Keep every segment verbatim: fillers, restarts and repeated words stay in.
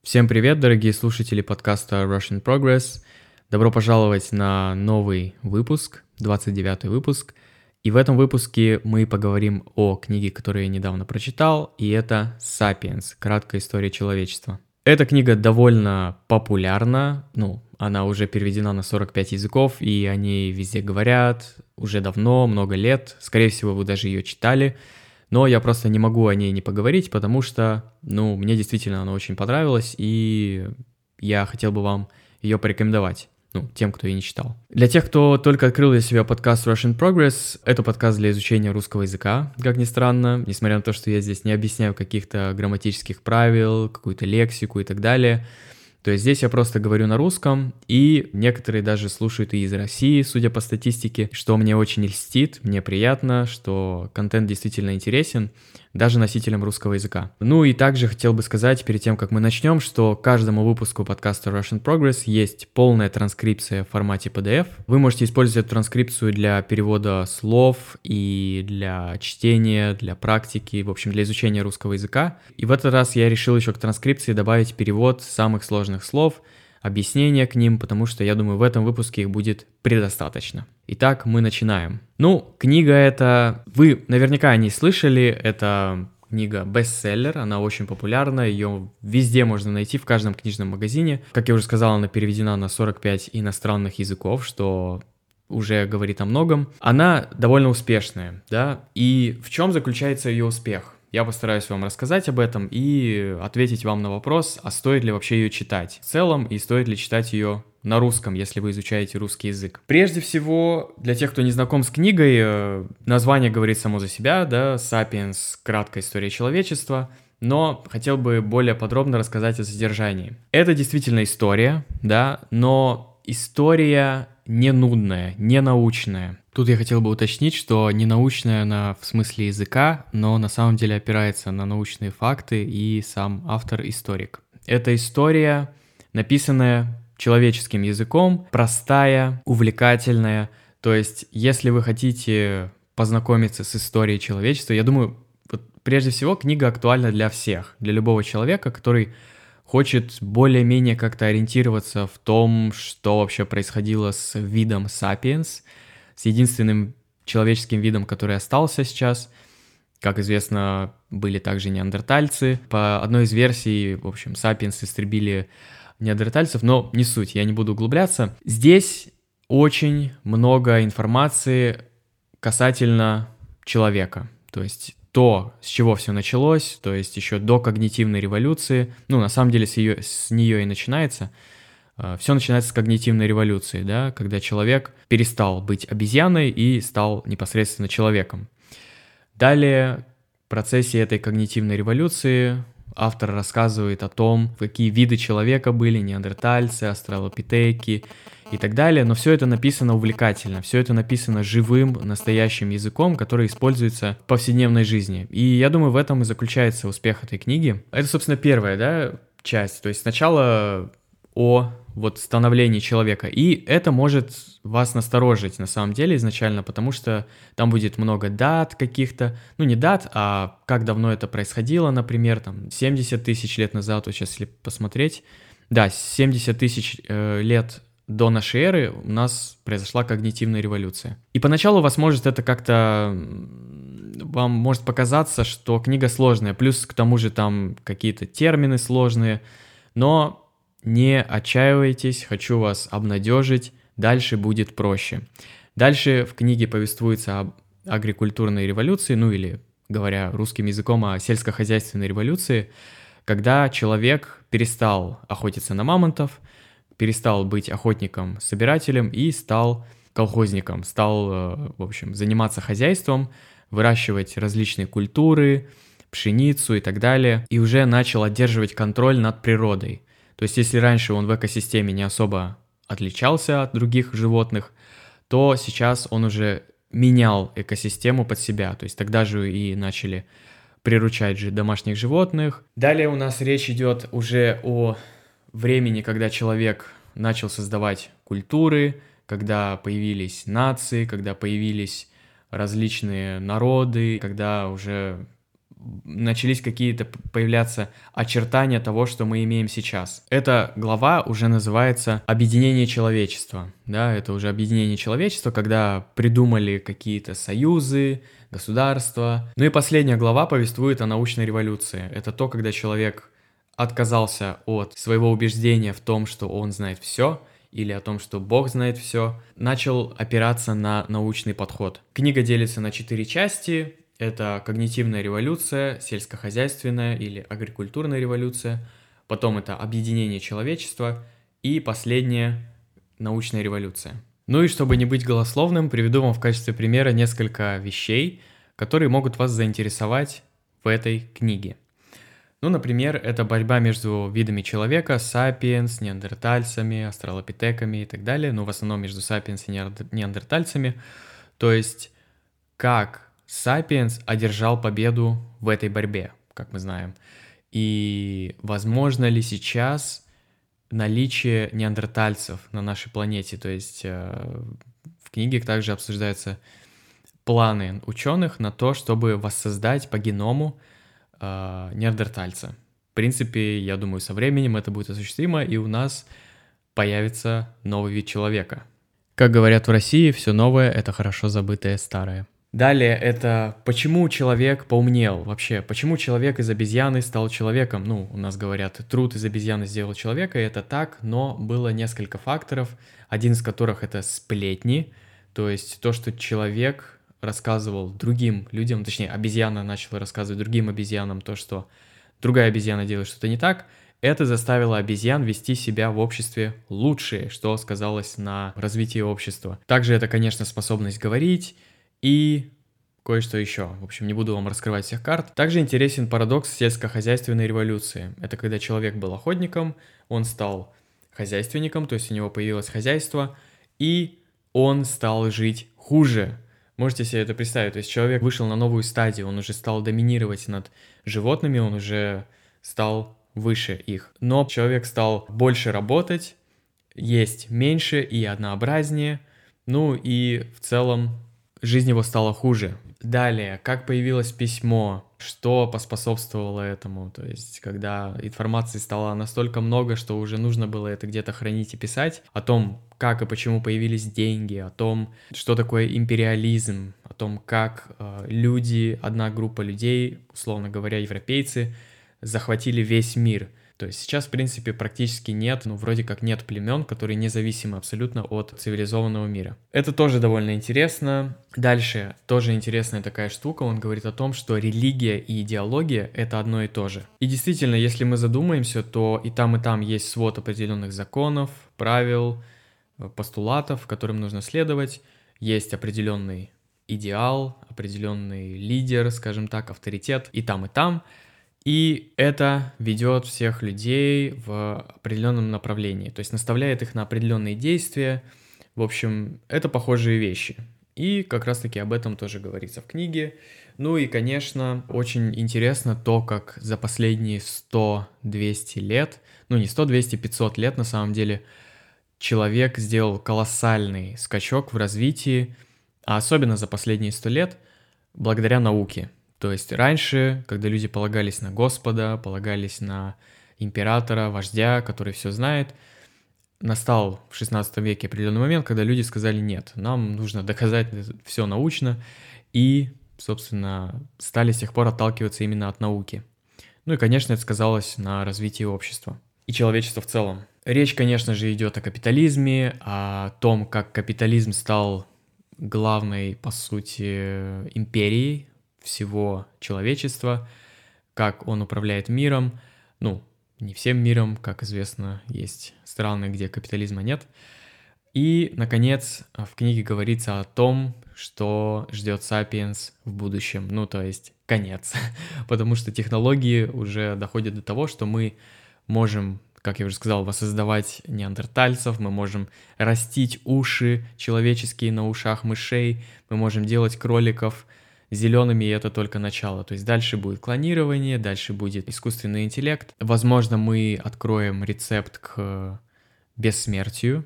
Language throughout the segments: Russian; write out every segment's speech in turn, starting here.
Всем привет, дорогие слушатели подкаста Russian Progress. Добро пожаловать на новый выпуск, двадцать девятый выпуск. И в этом выпуске мы поговорим о книге, которую я недавно прочитал, и это «Сапиенс. Краткая история человечества». Эта книга довольно популярна, ну, она уже переведена на сорок пять языков, и о ней везде говорят уже давно, много лет. Скорее всего, вы даже ее читали. Но я просто не могу о ней не поговорить, потому что, ну, мне действительно она очень понравилась, и я хотел бы вам ее порекомендовать, ну, тем, кто ее не читал. Для тех, кто только открыл для себя подкаст Russian Progress, это подкаст для изучения русского языка, как ни странно, несмотря на то, что я здесь не объясняю каких-то грамматических правил, какую-то лексику и так далее. То есть здесь я просто говорю на русском, и некоторые даже слушают и из России, судя по статистике, что мне очень льстит, мне приятно, что контент действительно интересен, даже носителям русского языка. Ну и также хотел бы сказать, перед тем, как мы начнем, что каждому выпуску подкаста Russian Progress есть полная транскрипция в формате пи ди эф. Вы можете использовать эту транскрипцию для перевода слов и для чтения, для практики, в общем, для изучения русского языка. И в этот раз я решил еще к транскрипции добавить перевод самых сложных слов, объяснения к ним, потому что, я думаю, в этом выпуске их будет предостаточно. Итак, мы начинаем. Ну, книга эта... Вы наверняка о ней слышали, это книга бестселлер, она очень популярна, ее везде можно найти, в каждом книжном магазине. Как я уже сказал, она переведена на сорок пять иностранных языков, что уже говорит о многом. Она довольно успешная, да, и в чем заключается ее успех? Я постараюсь вам рассказать об этом и ответить вам на вопрос, а стоит ли вообще ее читать в целом и стоит ли читать ее на русском, если вы изучаете русский язык. Прежде всего, для тех, кто не знаком с книгой, название говорит само за себя, да, «Сапиенс. Краткая история человечества», но хотел бы более подробно рассказать о содержании. Это действительно история, да, но история не нудная, не научная. Тут я хотел бы уточнить, что не научная она в смысле языка, но на самом деле опирается на научные факты и сам автор-историк. Это история, написанная человеческим языком, простая, увлекательная. То есть, если вы хотите познакомиться с историей человечества, я думаю, вот прежде всего книга актуальна для всех, для любого человека, который хочет более-менее как-то ориентироваться в том, что вообще происходило с видом Sapiens, с единственным человеческим видом, который остался сейчас. Как известно, были также неандертальцы. По одной из версий, в общем, Sapiens истребили неандертальцев, но не суть, я не буду углубляться. Здесь очень много информации касательно человека, то есть то, с чего все началось, то есть еще до когнитивной революции, ну, на самом деле с, ее, с нее и начинается, все начинается с когнитивной революции, да, когда человек перестал быть обезьяной и стал непосредственно человеком. Далее, в процессе этой когнитивной революции автор рассказывает о том, какие виды человека были, неандертальцы, австралопитеки и так далее, но все это написано увлекательно, все это написано живым, настоящим языком, который используется в повседневной жизни. И я думаю, в этом и заключается успех этой книги. Это, собственно, первая, да, часть, то есть сначала о вот становлении человека, и это может вас насторожить на самом деле изначально, потому что там будет много дат каких-то, ну не дат, а как давно это происходило, например, там семьдесят тысяч лет назад, вот сейчас если посмотреть, да, семьдесят тысяч э, лет до нашей эры у нас произошла когнитивная революция. И поначалу вас может это как-то, вам может показаться, что книга сложная, плюс к тому же там какие-то термины сложные, но не отчаивайтесь, хочу вас обнадежить, дальше будет проще. Дальше в книге повествуется об агрикультурной революции, ну или, говоря русским языком, о сельскохозяйственной революции, когда человек перестал охотиться на мамонтов, перестал быть охотником-собирателем и стал колхозником, стал, в общем, заниматься хозяйством, выращивать различные культуры, пшеницу и так далее, и уже начал одерживать контроль над природой. То есть, если раньше он в экосистеме не особо отличался от других животных, то сейчас он уже менял экосистему под себя. То есть, тогда же и начали приручать же домашних животных. Далее у нас речь идет уже о времени, когда человек начал создавать культуры, когда появились нации, когда появились различные народы, когда уже начались какие-то п- появляться очертания того, что мы имеем сейчас. Эта глава уже называется «Объединение человечества». Да, это уже объединение человечества, когда придумали какие-то союзы, государства. Ну и последняя глава повествует о научной революции. Это то, когда человек отказался от своего убеждения в том, что он знает все, или о том, что Бог знает все, начал опираться на научный подход. Книга делится на четыре части. Это когнитивная революция, сельскохозяйственная или агрикультурная революция, потом это объединение человечества и последняя научная революция. Ну и чтобы не быть голословным, приведу вам в качестве примера несколько вещей, которые могут вас заинтересовать в этой книге. Ну, например, это борьба между видами человека, сапиенс, неандертальцами, австралопитеками и так далее, но в основном между сапиенс и неандертальцами. То есть, как сапиенс одержал победу в этой борьбе, как мы знаем. И возможно ли сейчас наличие неандертальцев на нашей планете? То есть, э, в книге также обсуждаются планы ученых на то, чтобы воссоздать по геному э, неандертальца. В принципе, я думаю, со временем это будет осуществимо, и у нас появится новый вид человека. Как говорят в России, все новое — это хорошо забытое старое. Далее это почему человек поумнел вообще, почему человек из обезьяны стал человеком. Ну, у нас говорят, труд из обезьяны сделал человека, и это так, но было несколько факторов, один из которых это сплетни, то есть то, что человек рассказывал другим людям, точнее, обезьяна начала рассказывать другим обезьянам то, что другая обезьяна делает что-то не так, это заставило обезьян вести себя в обществе лучше, что сказалось на развитии общества. Также это, конечно, способность говорить и кое-что еще. В общем, не буду вам раскрывать всех карт. Также интересен парадокс сельскохозяйственной революции. Это когда человек был охотником, он стал хозяйственником, то есть у него появилось хозяйство, и он стал жить хуже. Можете себе это представить, то есть человек вышел на новую стадию, он уже стал доминировать над животными, он уже стал выше их. Но человек стал больше работать, есть меньше и однообразнее, ну и в целом жизнь его стала хуже. Далее, как появилось письмо, что поспособствовало этому, то есть когда информации стало настолько много, что уже нужно было это где-то хранить и писать, о том, как и почему появились деньги, о том, что такое империализм, о том, как э, люди, одна группа людей, условно говоря, европейцы, захватили весь мир. То есть сейчас, в принципе, практически нет, ну, вроде как нет племен, которые независимы абсолютно от цивилизованного мира. Это тоже довольно интересно. Дальше тоже интересная такая штука, он говорит о том, что религия и идеология — это одно и то же. И действительно, если мы задумаемся, то и там, и там есть свод определенных законов, правил, постулатов, которым нужно следовать. Есть определенный идеал, определенный лидер, скажем так, авторитет и там, и там. И это ведет всех людей в определенном направлении, то есть наставляет их на определенные действия. В общем, это похожие вещи. И как раз-таки об этом тоже говорится в книге. Ну и, конечно, очень интересно то, как за последние сто-двести лет, ну не сто, двести, пятьсот лет на самом деле, человек сделал колоссальный скачок в развитии, а особенно за последние сто лет, благодаря науке. То есть раньше, когда люди полагались на Господа, полагались на императора, вождя, который все знает, настал в шестнадцатом веке определенный момент, когда люди сказали: нет, нам нужно доказать все научно, и, собственно, стали с тех пор отталкиваться именно от науки. Ну и, конечно, это сказалось на развитии общества и человечества в целом. Речь, конечно же, идет о капитализме, о том, как капитализм стал главной, по сути, империей всего человечества, как он управляет миром. Ну, не всем миром, как известно, есть страны, где капитализма нет. И, наконец, в книге говорится о том, что ждет сапиенс в будущем, ну, то есть конец, потому что технологии уже доходят до того, что мы можем, как я уже сказал, воссоздавать неандертальцев, мы можем растить уши человеческие на ушах мышей, мы можем делать кроликов зелеными, и это только начало. То есть дальше будет клонирование, дальше будет искусственный интеллект. Возможно, мы откроем рецепт к бессмертию,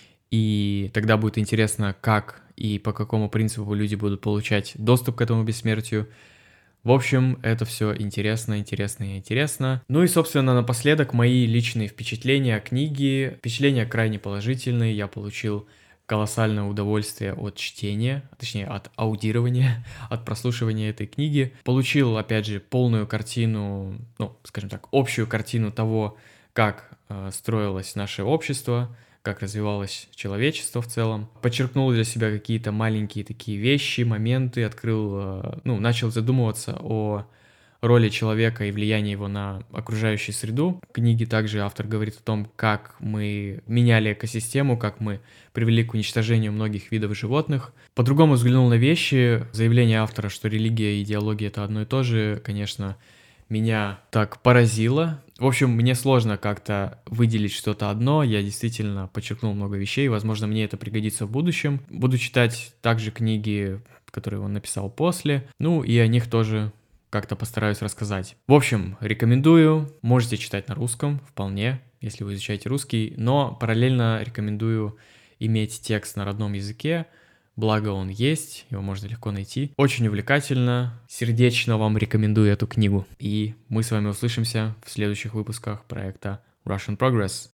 и тогда будет интересно, как и по какому принципу люди будут получать доступ к этому бессмертию. В общем, это все интересно, интересно и интересно. Ну и, собственно, напоследок мои личные впечатления о книге. Впечатления крайне положительные. Я получил колоссальное удовольствие от чтения, точнее, от аудирования, от прослушивания этой книги. Получил, опять же, полную картину, ну, скажем так, общую картину того, как э, строилось наше общество, как развивалось человечество в целом. Подчеркнул для себя какие-то маленькие такие вещи, моменты, открыл, э, ну, начал задумываться о роли человека и влиянии его на окружающую среду. В книге также автор говорит о том, как мы меняли экосистему, как мы привели к уничтожению многих видов животных. По-другому взглянул на вещи. Заявление автора, что религия и идеология — это одно и то же, конечно, меня так поразило. В общем, мне сложно как-то выделить что-то одно. Я действительно подчеркнул много вещей. Возможно, мне это пригодится в будущем. Буду читать также книги, которые он написал после. Ну и о них тоже как-то постараюсь рассказать. В общем, рекомендую. Можете читать на русском, вполне, если вы изучаете русский. Но параллельно рекомендую иметь текст на родном языке. Благо он есть, его можно легко найти. Очень увлекательно. Сердечно вам рекомендую эту книгу. И мы с вами услышимся в следующих выпусках проекта Russian Progress.